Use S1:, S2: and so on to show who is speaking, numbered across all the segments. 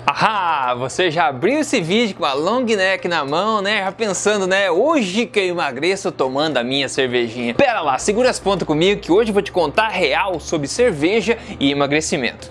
S1: Ah, você já abriu esse vídeo com a long neck na mão, né? Já pensando, né? Hoje que eu emagreço tomando a minha cervejinha. Pera lá, segura as pontas comigo que hoje eu vou te contar a real sobre cerveja e emagrecimento.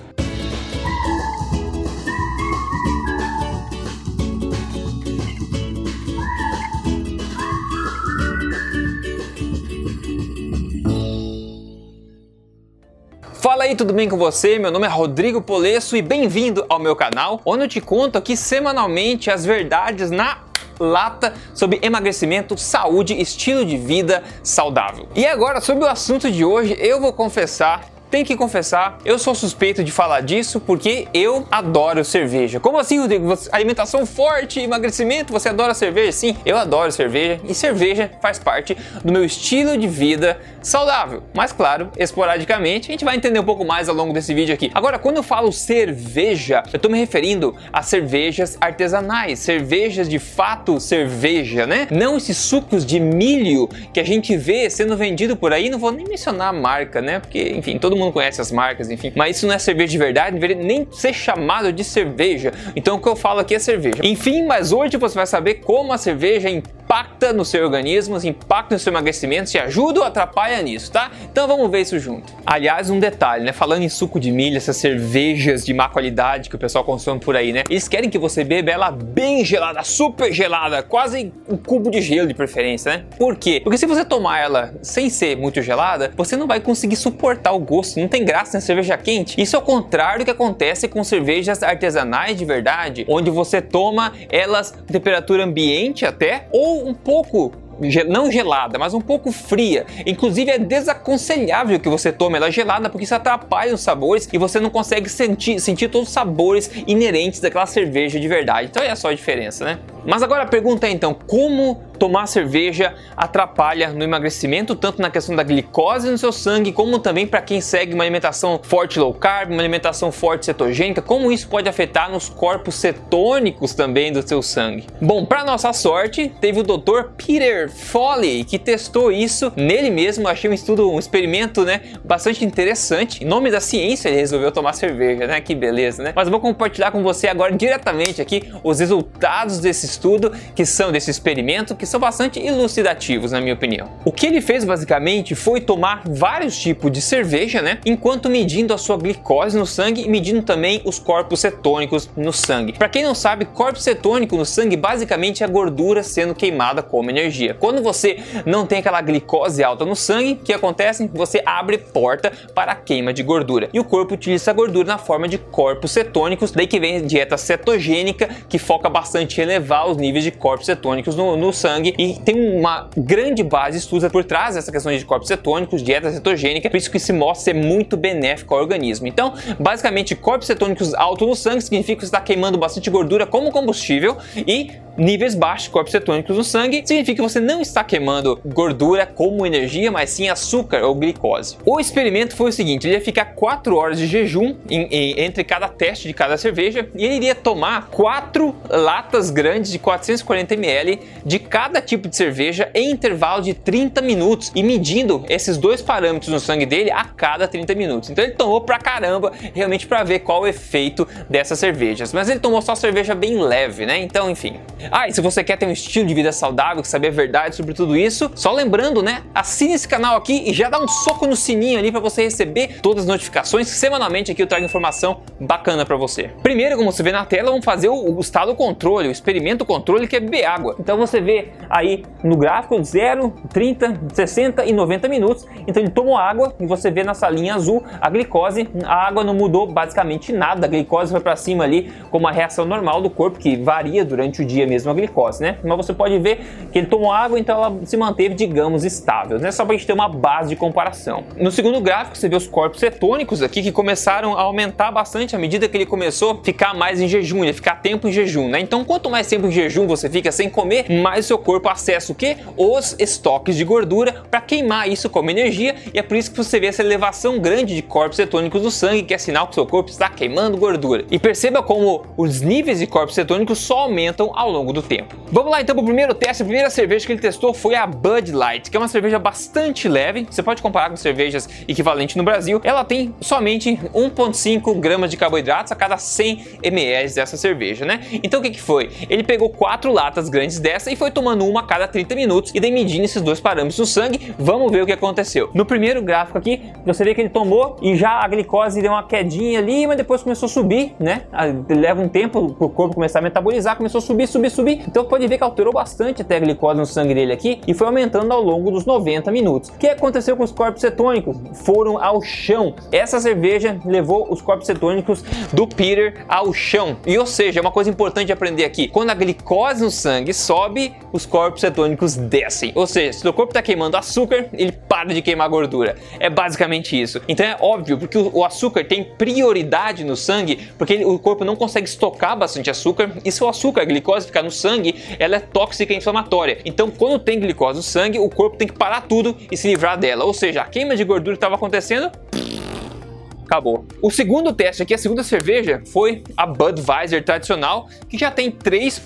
S1: Fala aí, tudo bem com você? Meu nome é Rodrigo Polesso e bem-vindo ao meu canal, onde eu te conto aqui semanalmente as verdades na lata sobre emagrecimento, saúde e estilo de vida saudável. E agora, sobre o assunto de hoje, eu vou confessar. Tem que confessar, eu sou suspeito de falar disso porque eu adoro cerveja. Como assim, Rodrigo? Alimentação forte, emagrecimento, você adora cerveja? Sim, eu adoro cerveja e cerveja faz parte do meu estilo de vida saudável. Mas claro, esporadicamente, a gente vai entender um pouco mais ao longo desse vídeo aqui. Agora, quando eu falo cerveja, eu tô me referindo a cervejas artesanais, cervejas de fato cerveja, né? Não esses sucos de milho que a gente vê sendo vendido por aí, não vou nem mencionar a marca, né? Porque, enfim, todo mundo conhece as marcas, enfim. Mas isso não é cerveja de verdade, não deveria nem ser chamado de cerveja. Então o que eu falo aqui é cerveja. Enfim, mas hoje você vai saber como a cerveja impacta no seu organismo, impacta no seu emagrecimento, se ajuda ou atrapalha nisso, tá? Então vamos ver isso junto. Aliás, um detalhe, né? Falando em suco de milho, essas cervejas de má qualidade que o pessoal consome por aí, né? Eles querem que você beba ela bem gelada, super gelada, quase um cubo de gelo de preferência, né? Por quê? Porque se você tomar ela sem ser muito gelada, você não vai conseguir suportar o gosto. Não tem graça na cerveja quente. Isso é o contrário do que acontece com cervejas artesanais de verdade, onde você toma elas em temperatura ambiente até, ou um pouco não gelada, mas um pouco fria. Inclusive é desaconselhável que você tome ela gelada, porque isso atrapalha os sabores e você não consegue sentir todos os sabores inerentes daquela cerveja de verdade. Então é só a diferença, né? Mas agora a pergunta é então, como tomar cerveja atrapalha no emagrecimento, tanto na questão da glicose no seu sangue, como também para quem segue uma alimentação forte low carb, uma alimentação forte cetogênica, como isso pode afetar nos corpos cetônicos também do seu sangue? Bom, para nossa sorte, teve o Dr. Peter Foley que testou isso nele mesmo. Achei um estudo, um experimento, né, bastante interessante. Em nome da ciência ele resolveu tomar cerveja, né? Que beleza, né? Mas eu vou compartilhar com você agora diretamente aqui os resultados desse estudo, que são desse experimento, que são bastante elucidativos, na minha opinião. O que ele fez basicamente foi tomar vários tipos de cerveja, né, enquanto medindo a sua glicose no sangue e medindo também os corpos cetônicos no sangue. Para quem não sabe, corpo cetônico no sangue basicamente é a gordura sendo queimada como energia. Quando você não tem aquela glicose alta no sangue, o que acontece? Você abre porta para a queima de gordura e o corpo utiliza essa gordura na forma de corpos cetônicos. Daí que vem a dieta cetogênica, que foca bastante em elevar os níveis de corpos cetônicos no sangue. E tem uma grande base de estudos por trás dessa questão de corpos cetônicos, dieta cetogênica, por isso que se mostra ser muito benéfico ao organismo. Então, basicamente, corpos cetônicos altos no sangue significa que você está queimando bastante gordura como combustível, e níveis baixos de corpos cetônicos no sangue significa que você não está queimando gordura como energia, mas sim açúcar ou glicose. O experimento foi o seguinte: ele ia ficar 4 horas de jejum entre cada teste de cada cerveja, e ele iria tomar 4 latas grandes de 440 ml de cada tipo de cerveja em intervalo de 30 minutos e medindo esses dois parâmetros no sangue dele a cada 30 minutos. Então ele tomou pra caramba, realmente, para ver qual o efeito dessas cervejas. Mas ele tomou só cerveja bem leve, né? Então, enfim. E se você quer ter um estilo de vida saudável, saber a verdade sobre tudo isso, só lembrando, né? Assine esse canal aqui e já dá um soco no sininho ali para você receber todas as notificações, que semanalmente aqui eu trago informação bacana para você. Primeiro, como você vê na tela, vamos fazer o estado controle, o experimento controle, que é beber água. Então você vê aí no gráfico 0, 30, 60 e 90 minutos. Então ele tomou água e você vê nessa linha azul a glicose. A água não mudou basicamente nada, a glicose foi para cima ali como uma reação normal do corpo, que varia durante o dia mesmo a glicose, né? Mas você pode ver que ele tomou água, então ela se manteve, digamos, estável, né? Só para a gente ter uma base de comparação. No segundo gráfico você vê os corpos cetônicos aqui, que começaram a aumentar bastante à medida que ele começou a ficar mais em jejum, ele ficar tempo em jejum, né? Então quanto mais tempo em jejum você fica sem comer, mais o seu corpo acessa o quê? Os estoques de gordura para queimar isso como energia, e é por isso que você vê essa elevação grande de corpos cetônicos no sangue, que é sinal que o seu corpo está queimando gordura. E perceba como os níveis de corpos cetônicos só aumentam ao longo longo do tempo. Vamos lá então para o primeiro teste. A primeira cerveja que ele testou foi a Bud Light, que é uma cerveja bastante leve. Você pode comparar com cervejas equivalentes no Brasil. Ela tem somente 1,5 gramas de carboidratos a cada 100 ml dessa cerveja, né? Então o que foi? Ele pegou 4 latas grandes dessa e foi tomando uma a cada 30 minutos e daí medindo esses dois parâmetros no sangue. Vamos ver o que aconteceu. No primeiro gráfico aqui, você vê que ele tomou e já a glicose deu uma quedinha ali, mas depois começou a subir, né? Leva um tempo para o corpo começar a metabolizar, começou a subir. Então pode ver que alterou bastante até a glicose no sangue dele aqui e foi aumentando ao longo dos 90 minutos. O que aconteceu com os corpos cetônicos? Foram ao chão. Essa cerveja levou os corpos cetônicos do Peter ao chão. E ou seja, é uma coisa importante de aprender aqui. Quando a glicose no sangue sobe, os corpos cetônicos descem. Ou seja, se o corpo está queimando açúcar, ele para de queimar gordura. É basicamente isso. Então é óbvio, porque o açúcar tem prioridade no sangue, porque o corpo não consegue estocar bastante açúcar. E se o açúcar, a glicose ficar no sangue, ela é tóxica e inflamatória. Então quando tem glicose no sangue, o corpo tem que parar tudo e se livrar dela. Ou seja, a queima de gordura que estava acontecendo, acabou. O segundo teste aqui, a segunda cerveja, foi a Budweiser tradicional, que já tem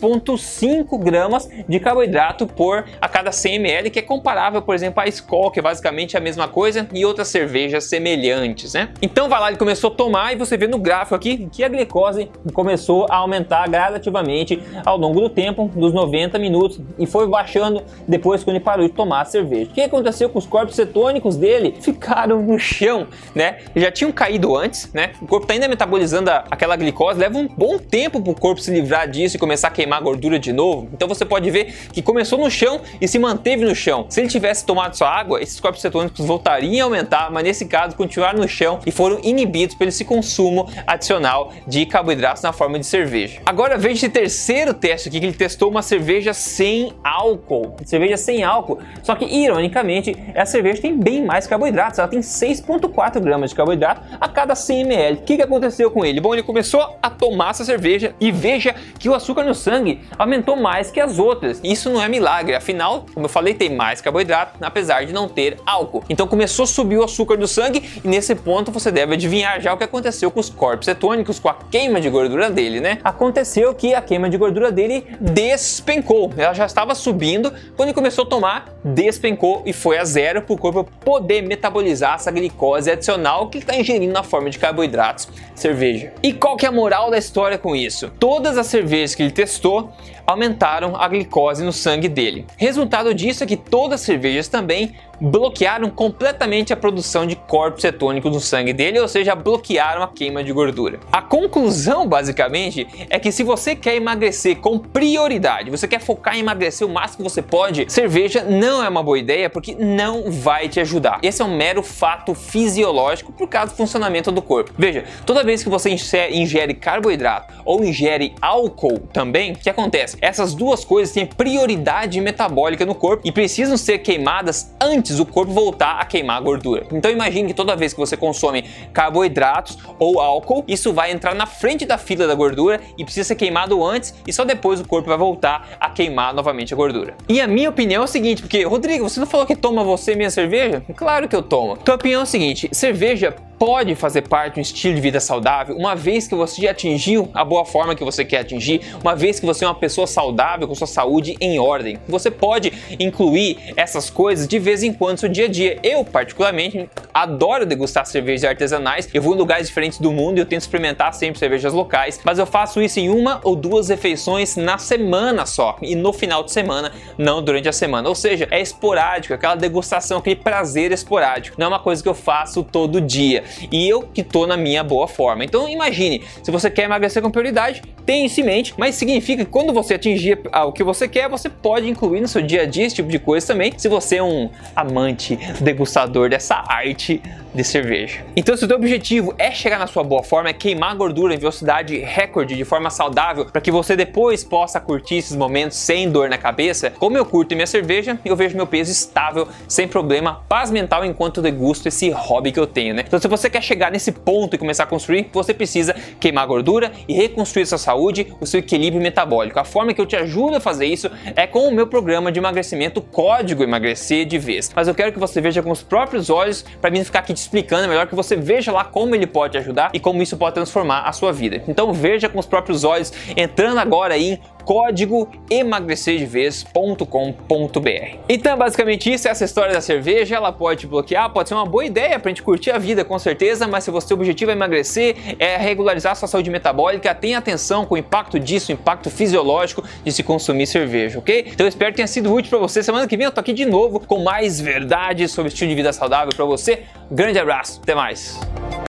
S1: 3,5 gramas de carboidrato por a cada 100 ml, que é comparável, por exemplo, à Skol, que é basicamente a mesma coisa, e outras cervejas semelhantes, né? Então vai lá, ele começou a tomar e você vê no gráfico aqui que a glicose começou a aumentar gradativamente ao longo do tempo, dos 90 minutos, e foi baixando depois quando ele parou de tomar a cerveja. O que aconteceu com os corpos cetônicos dele? Ficaram no chão, né? Já tinham caído antes, né? O corpo tá ainda metabolizando aquela glicose, leva um bom tempo para o corpo se livrar disso e começar a queimar gordura de novo. Então você pode ver que começou no chão e se manteve no chão. Se ele tivesse tomado só água, esses corpos cetônicos voltariam a aumentar, mas nesse caso continuaram no chão e foram inibidos pelo esse consumo adicional de carboidratos na forma de cerveja. Agora veja esse terceiro teste aqui, que ele testou uma cerveja sem álcool. Cerveja sem álcool, só que ironicamente a cerveja tem bem mais carboidratos, ela tem 6,4 gramas de carboidrato a cada 100 ml. O que aconteceu com ele? Bom, ele começou a tomar essa cerveja e veja que o açúcar no sangue aumentou mais que as outras. Isso não é milagre, afinal, como eu falei, tem mais carboidrato, apesar de não ter álcool. Então começou a subir o açúcar do sangue e nesse ponto você deve adivinhar já o que aconteceu com os corpos cetônicos, com a queima de gordura dele, né? Aconteceu que a queima de gordura dele despencou. Ela já estava subindo, quando ele começou a tomar, despencou e foi a zero para o corpo poder metabolizar essa glicose adicional que ele está ingerindo na forma de carboidratos, cerveja. E qual que é a moral da história com isso? Todas as cervejas que ele testou aumentaram a glicose no sangue dele. Resultado disso é que todas as cervejas também bloquearam completamente a produção de corpos cetônicos no sangue dele, ou seja, bloquearam a queima de gordura. A conclusão, basicamente, é que se você quer emagrecer com prioridade, você quer focar em emagrecer o máximo que você pode, cerveja não é uma boa ideia porque não vai te ajudar. Esse é um mero fato fisiológico por causa do funcionamento do corpo. Veja, toda vez que você ingere carboidrato ou ingere álcool também, o que acontece? Essas duas coisas têm prioridade metabólica no corpo e precisam ser queimadas antes do corpo voltar a queimar a gordura. Então imagine que toda vez que você consome carboidratos ou álcool, isso vai entrar na frente da fila da gordura e precisa ser queimado antes e só depois o corpo vai voltar a queimar novamente a gordura. E a minha opinião é o seguinte, porque Rodrigo, você não falou que toma você minha cerveja? Claro que eu tomo. Então a opinião é o seguinte, cerveja pode fazer parte de um estilo de vida saudável, uma vez que você já atingiu a boa forma que você quer atingir, uma vez que você é uma pessoa saudável, com sua saúde em ordem. Você pode incluir essas coisas de vez em quando no seu dia a dia. Eu, particularmente, adoro degustar cervejas artesanais. Eu vou em lugares diferentes do mundo e eu tento experimentar sempre cervejas locais, mas eu faço isso em uma ou duas refeições na semana só, e no final de semana, não durante a semana. Ou seja, é esporádico, aquela degustação, aquele prazer esporádico. Não é uma coisa que eu faço todo dia. E eu que tô na minha boa forma. Então imagine, se você quer emagrecer com prioridade, tenha isso em mente, mas significa que quando você atingir o que você quer, você pode incluir no seu dia a dia esse tipo de coisa também, se você é um amante, degustador dessa arte de cerveja. Então se o teu objetivo é chegar na sua boa forma, é queimar gordura em velocidade recorde de forma saudável, para que você depois possa curtir esses momentos sem dor na cabeça, como eu curto minha cerveja, eu vejo meu peso estável, sem problema, paz mental enquanto eu degusto esse hobby que eu tenho, né? Então se você quer chegar nesse ponto e começar a construir, você precisa queimar gordura e reconstruir sua saúde, o seu equilíbrio metabólico. A forma que eu te ajudo a fazer isso é com o meu programa de emagrecimento Código Emagrecer de Vez. Mas eu quero que você veja com os próprios olhos, para mim ficar aqui te explicando, é melhor que você veja lá como ele pode te ajudar e como isso pode transformar a sua vida. Então veja com os próprios olhos, entrando agora aí em código emagrecerdevez.com.br. Então, basicamente isso, essa história da cerveja, ela pode te bloquear, pode ser uma boa ideia pra gente curtir a vida, com certeza, mas se você o objetivo é emagrecer, é regularizar a sua saúde metabólica, tenha atenção com o impacto disso, o impacto fisiológico de se consumir cerveja, ok? Então eu espero que tenha sido útil pra você. Semana que vem eu tô aqui de novo com mais verdades sobre estilo de vida saudável pra você. Grande abraço, até mais!